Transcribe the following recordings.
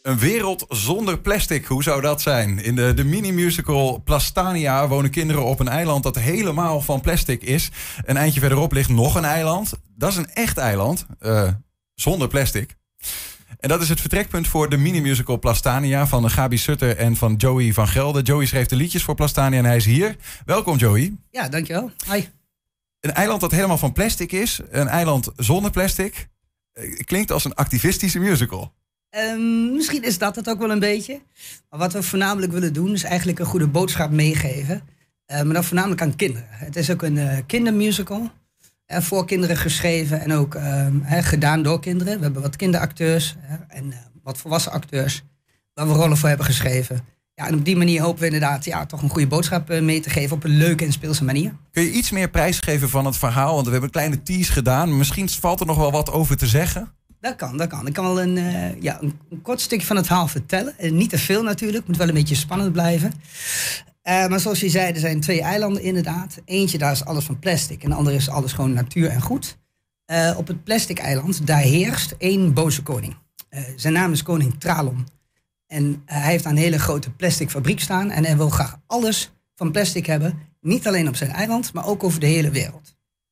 Een wereld zonder plastic, hoe zou dat zijn? In de mini-musical Plastania wonen kinderen op een eiland dat helemaal van plastic is. Een eindje verderop ligt nog een eiland. Dat is een echt eiland, zonder plastic. En dat is het vertrekpunt voor de mini-musical Plastania van Gabi Sutter en van Joey van Gelder. Joey schreef de liedjes voor Plastania en hij is hier. Welkom, Joey. Ja, dankjewel. Hi. Een eiland dat helemaal van plastic is, een eiland zonder plastic. Klinkt als een activistische musical. Misschien is dat het ook wel een beetje. Maar wat we voornamelijk willen doen is eigenlijk een goede boodschap meegeven. Maar dan voornamelijk aan kinderen. Het is ook een kindermusical. Voor kinderen geschreven en ook gedaan door kinderen. We hebben wat kinderacteurs en wat volwassen acteurs waar we rollen voor hebben geschreven. Ja, en op die manier hopen we inderdaad toch een goede boodschap mee te geven op een leuke en speelse manier. Kun je iets meer prijsgeven van het verhaal? Want we hebben een kleine tease gedaan. Misschien valt er nog wel wat over te zeggen. Dat kan. Ik kan wel een kort stukje van het verhaal vertellen. Niet te veel natuurlijk, moet wel een beetje spannend blijven. Maar zoals je zei, er zijn 2 eilanden inderdaad. Eentje, daar is alles van plastic. En de andere is alles gewoon natuur en goed. Op het plastic eiland, daar heerst 1 boze koning. Zijn naam is koning Tralon. En hij heeft een hele grote plastic fabriek staan. En hij wil graag alles van plastic hebben. Niet alleen op zijn eiland, maar ook over de hele wereld.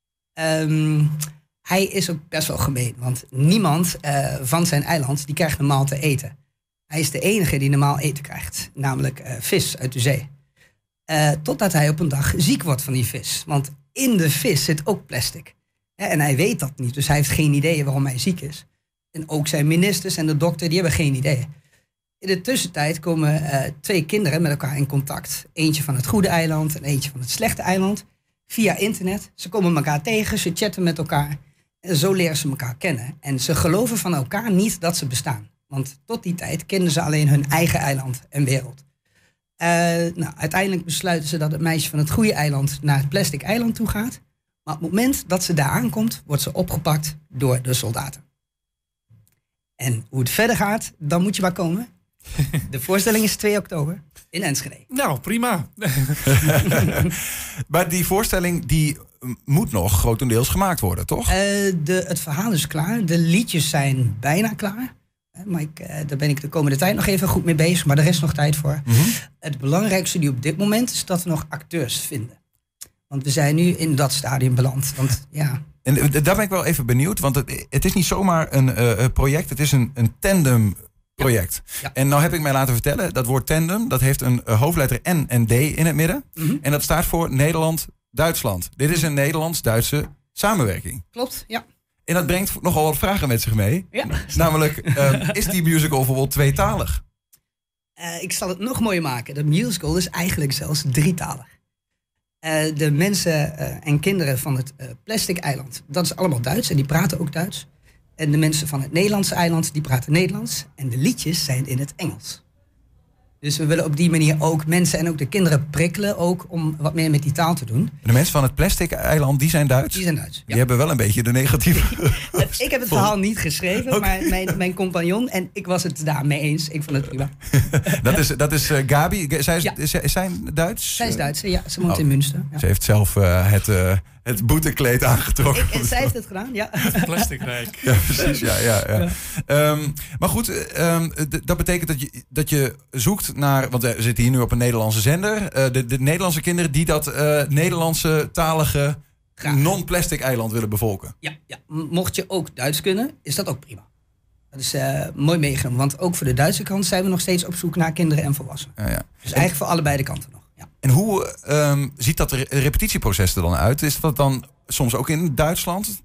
Hij is ook best wel gemeen. Want niemand van zijn eiland die krijgt normaal te eten. Hij is de enige die normaal eten krijgt. Namelijk vis uit de zee. Totdat hij op een dag ziek wordt van die vis. Want in de vis zit ook plastic. En hij weet dat niet. Dus hij heeft geen idee waarom hij ziek is. En ook zijn ministers en de dokter, die hebben geen idee. In de tussentijd komen 2 kinderen met elkaar in contact. Eentje van het goede eiland en eentje van het slechte eiland. Via internet. Ze komen elkaar tegen, ze chatten met elkaar. En zo leren ze elkaar kennen. En ze geloven van elkaar niet dat ze bestaan. Want tot die tijd kenden ze alleen hun eigen eiland en wereld. Uiteindelijk besluiten ze dat het meisje van het goede eiland naar het plastic eiland toe gaat. Maar op het moment dat ze daar aankomt, wordt ze opgepakt door de soldaten. En hoe het verder gaat, dan moet je maar komen. De voorstelling is 2 oktober in Enschede. Nou, prima. Maar die voorstelling die moet nog grotendeels gemaakt worden, toch? Het verhaal is klaar. De liedjes zijn bijna klaar. Maar daar ben ik de komende tijd nog even goed mee bezig. Maar er is nog tijd voor. Mm-hmm. Het belangrijkste nu op dit moment is dat we nog acteurs vinden. Want we zijn nu in dat stadium beland. Want, ja. En daar ben ik wel even benieuwd. Want het is niet zomaar een project. Het is een tandem project. Ja. En nou heb ik mij laten vertellen, dat woord tandem, dat heeft een hoofdletter N en D in het midden. Mm-hmm. En dat staat voor Nederland-Duitsland. Dit is een Nederlands-Duitse samenwerking. Klopt, ja. En dat brengt nogal wat vragen met zich mee. Ja. Namelijk, is die musical bijvoorbeeld tweetalig? Ik zal het nog mooier maken. De musical is eigenlijk zelfs 3-talig. De mensen en kinderen van het plastic eiland, dat is allemaal Duits en die praten ook Duits. En de mensen van het Nederlandse eiland, die praten Nederlands. En de liedjes zijn in het Engels. Dus we willen op die manier ook mensen en ook de kinderen prikkelen ook om wat meer met die taal te doen. De mensen van het plastic eiland, die zijn Duits? Die zijn Duits, ja. Die hebben wel een beetje de negatieve... Ik heb het verhaal niet geschreven, okay. Maar mijn compagnon en ik was het daarmee eens. Ik vond het prima. dat is Gabi. Zij Duits? Zij is Duits, ja. Ze woont in Münster. Ja. Ze heeft zelf het boetekleed aangetrokken. Zij heeft het gedaan, ja. Plasticrijk. Ja, precies, ja. Maar goed, dat betekent dat je zoekt naar... Want we zitten hier nu op een Nederlandse zender. De Nederlandse kinderen die dat Nederlandse talige non-plastic eiland willen bevolken. Ja. Mocht je ook Duits kunnen, is dat ook prima. Dat is mooi meegenomen. Want ook voor de Duitse kant zijn we nog steeds op zoek naar kinderen en volwassenen. Ja. Dus eigenlijk voor allebei de kanten nog. Ja. En hoe ziet dat repetitieproces er dan uit? Is dat dan soms ook in Duitsland?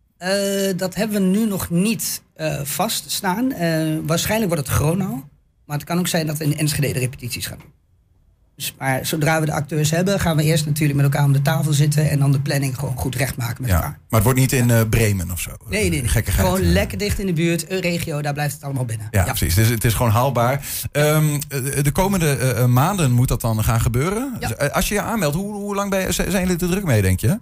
Dat hebben we nu nog niet vaststaan. Waarschijnlijk wordt het Gronau. Maar het kan ook zijn dat we in Enschede de repetities gaan doen. Dus, maar zodra we de acteurs hebben, gaan we eerst natuurlijk met elkaar om de tafel zitten en dan de planning gewoon goed recht maken met elkaar. Maar het wordt niet in Bremen of zo? Nee. Gekkigheid. Gewoon lekker dicht in de buurt, een regio, daar blijft het allemaal binnen. Ja, precies. Dus het is gewoon haalbaar. De komende maanden moet dat dan gaan gebeuren? Ja. Dus, als je je aanmeldt, hoe lang zijn jullie er druk mee, denk je?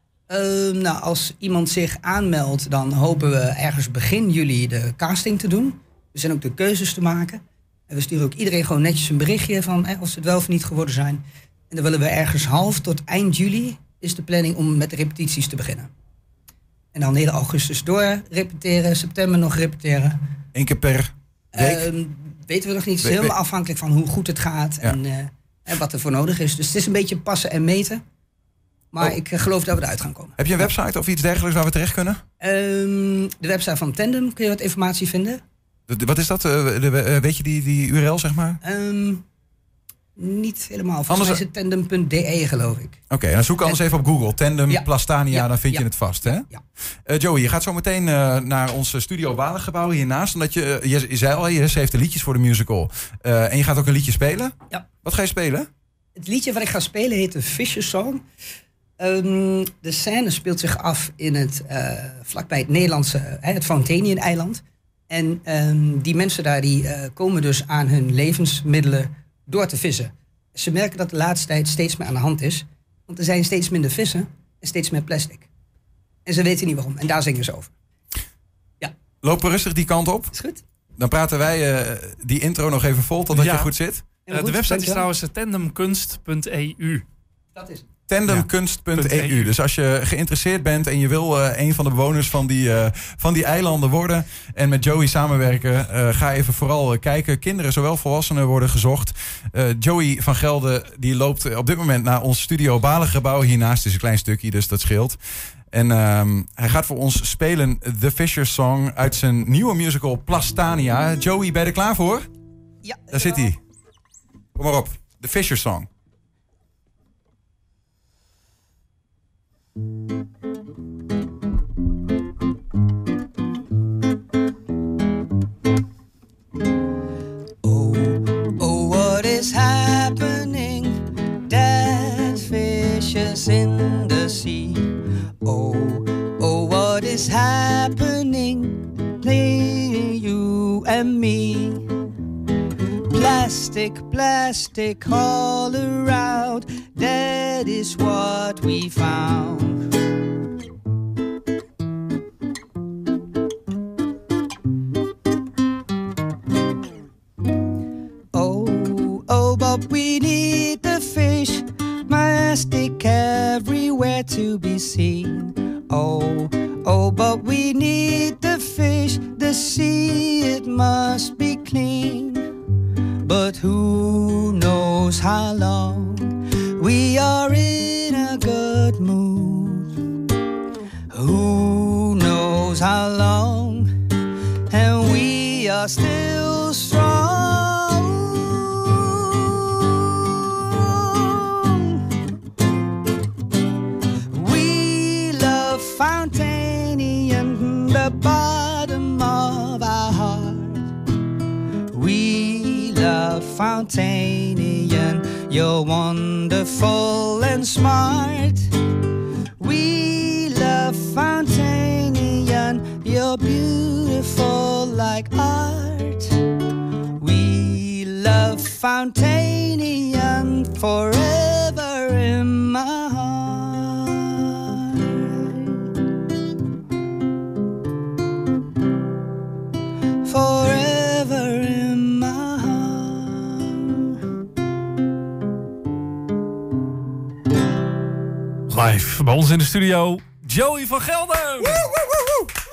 Als iemand zich aanmeldt, dan hopen we ergens begin juli de casting te doen. Er zijn ook de keuzes te maken. En we sturen ook iedereen gewoon netjes een berichtje van of ze het wel of niet geworden zijn. En dan willen we ergens half tot eind juli is de planning om met de repetities te beginnen. En dan hele augustus door repeteren, september nog repeteren. 1 keer per week? weten we nog niet. Het is helemaal afhankelijk van hoe goed het gaat en wat er voor nodig is. Dus het is een beetje passen en meten. Maar ik geloof dat we eruit gaan komen. Heb je een website of iets dergelijks waar we terecht kunnen? De website van Tandem kun je wat informatie vinden. Wat is dat? Weet je die URL, zeg maar? Niet helemaal. Volgens mij is het tandem.de, geloof ik. Oké, dan zoek anders even op Google. Tandem Plastania, dan vind je het vast, hè? Ja. Joey, je gaat zo meteen naar ons studio Walengebouw hiernaast. Omdat je zei al, je schreef de liedjes voor de musical. En je gaat ook een liedje spelen? Ja. Wat ga je spelen? Het liedje wat ik ga spelen heet de Fisher Song. De scène speelt zich af in vlakbij het Nederlandse, het Fontaniën-eiland. En die mensen daar die komen dus aan hun levensmiddelen door te vissen. Ze merken dat de laatste tijd steeds meer aan de hand is. Want er zijn steeds minder vissen en steeds meer plastic. En ze weten niet waarom. En daar zingen ze over. Ja. Lopen rustig die kant op. Is goed. Dan praten wij die intro nog even vol totdat je goed zit. De website is trouwens tandemkunst.eu. Dat is het. Tandemkunst.eu. Dus als je geïnteresseerd bent en je wil een van de bewoners van die eilanden worden en met Joey samenwerken, ga even vooral kijken. Kinderen, zowel volwassenen, worden gezocht. Joey van Gelder die loopt op dit moment naar ons studio Walengebouw hiernaast. Het is een klein stukje, dus dat scheelt. En hij gaat voor ons spelen The Fisher Song uit zijn nieuwe musical Plastania. Joey, ben je er klaar voor? Ja. Daar zit hij. Kom maar op. The Fisher Song. Oh, what is happening? Dead fishes in the sea. Oh, what is happening? Playing you and me. Plastic all around. That is what we found. Oh, but we need the fish. Plastic everywhere to be seen. Oh, but we need the fish. The sea, it must be clean. But who knows how long we are in a good mood. Who knows how long, and we are still strong. We love Fontanian, the bottom of our heart. We love Fontanian, you're wonderful and smart. We love Fontanian, you're beautiful like art. We love Fontanian forever in my heart. Forever in my Live bij ons in de studio, Joey van Gelder. Woe, woe, woe, woe.